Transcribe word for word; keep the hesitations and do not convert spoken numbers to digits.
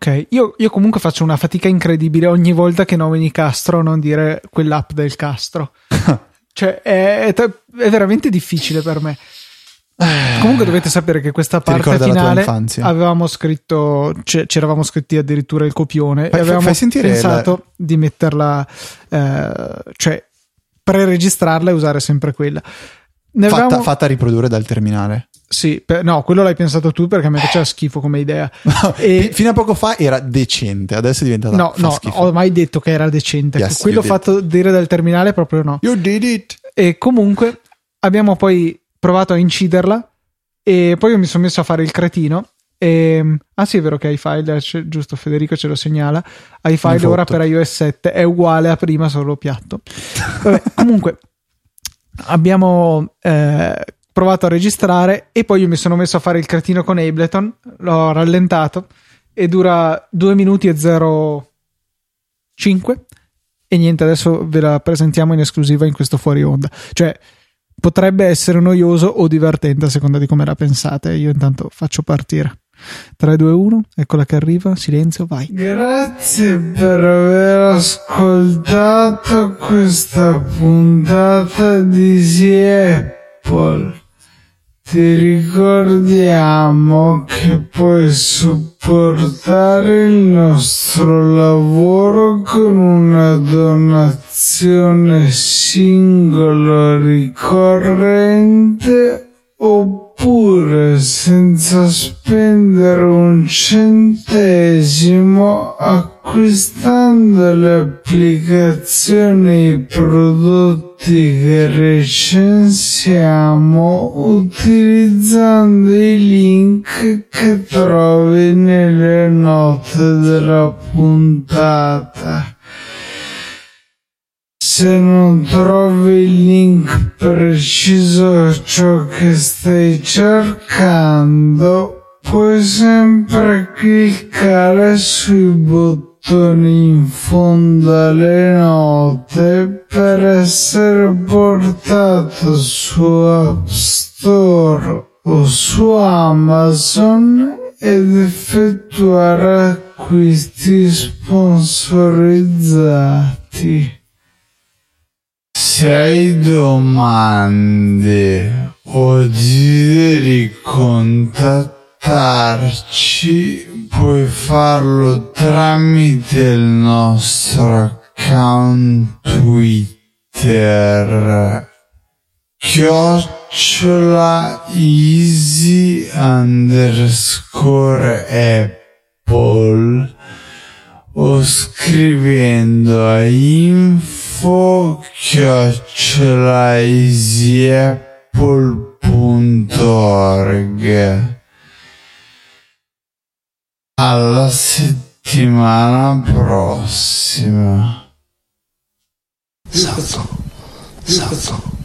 Ok, io, io comunque faccio una fatica incredibile ogni volta che nomini Castro a non dire quell'app del Castro. Cioè è, è, è veramente difficile per me. Comunque dovete sapere che questa parte finale avevamo scritto, ci eravamo scritti addirittura il copione fai, e avevamo pensato la... di metterla, eh, cioè pre-registrarla e usare sempre quella. Ne fatta, avevamo... fatta riprodurre dal terminale. Sì, per, no, quello l'hai pensato tu perché a me faceva schifo come idea. E... fino a poco fa era decente, adesso è diventata no, no, schifo. Ho mai detto che era decente. Yes, quello fatto dire dal terminale proprio no. You did it. E comunque abbiamo poi provato a inciderla e poi io mi sono messo a fare il cretino e... ah sì, è vero che iFile, giusto, Federico ce lo segnala, iFile ora per iOS sette è uguale a prima, solo piatto. Vabbè, comunque abbiamo eh, provato a registrare e poi io mi sono messo a fare il cretino con Ableton, l'ho rallentato e dura due minuti e zero cinque e niente, adesso ve la presentiamo in esclusiva in questo fuori onda. Cioè potrebbe essere noioso o divertente a seconda di come la pensate. Io intanto faccio partire. tre, due, uno, eccola che arriva, silenzio, vai. Grazie per aver ascoltato questa puntata di Easy Apple. Ti ricordiamo che puoi supportare il nostro lavoro con una donazione singola ricorrente oppure senza spendere un centesimo acquistando le applicazioni e i prodotti che recensiamo utilizzando i link che trovi nelle note della puntata. Se non trovi il link preciso a ciò che stai cercando, puoi sempre cliccare sui bottoni in fondo alle note per essere portato su App Store o su Amazon ed effettuare acquisti sponsorizzati. Se hai domande o desideri contattarci, puoi farlo tramite il nostro account Twitter chiocciola easy underscore apple o scrivendo a info chiocciola easyapple punto org. Alla settimana prossima. Salto, salto.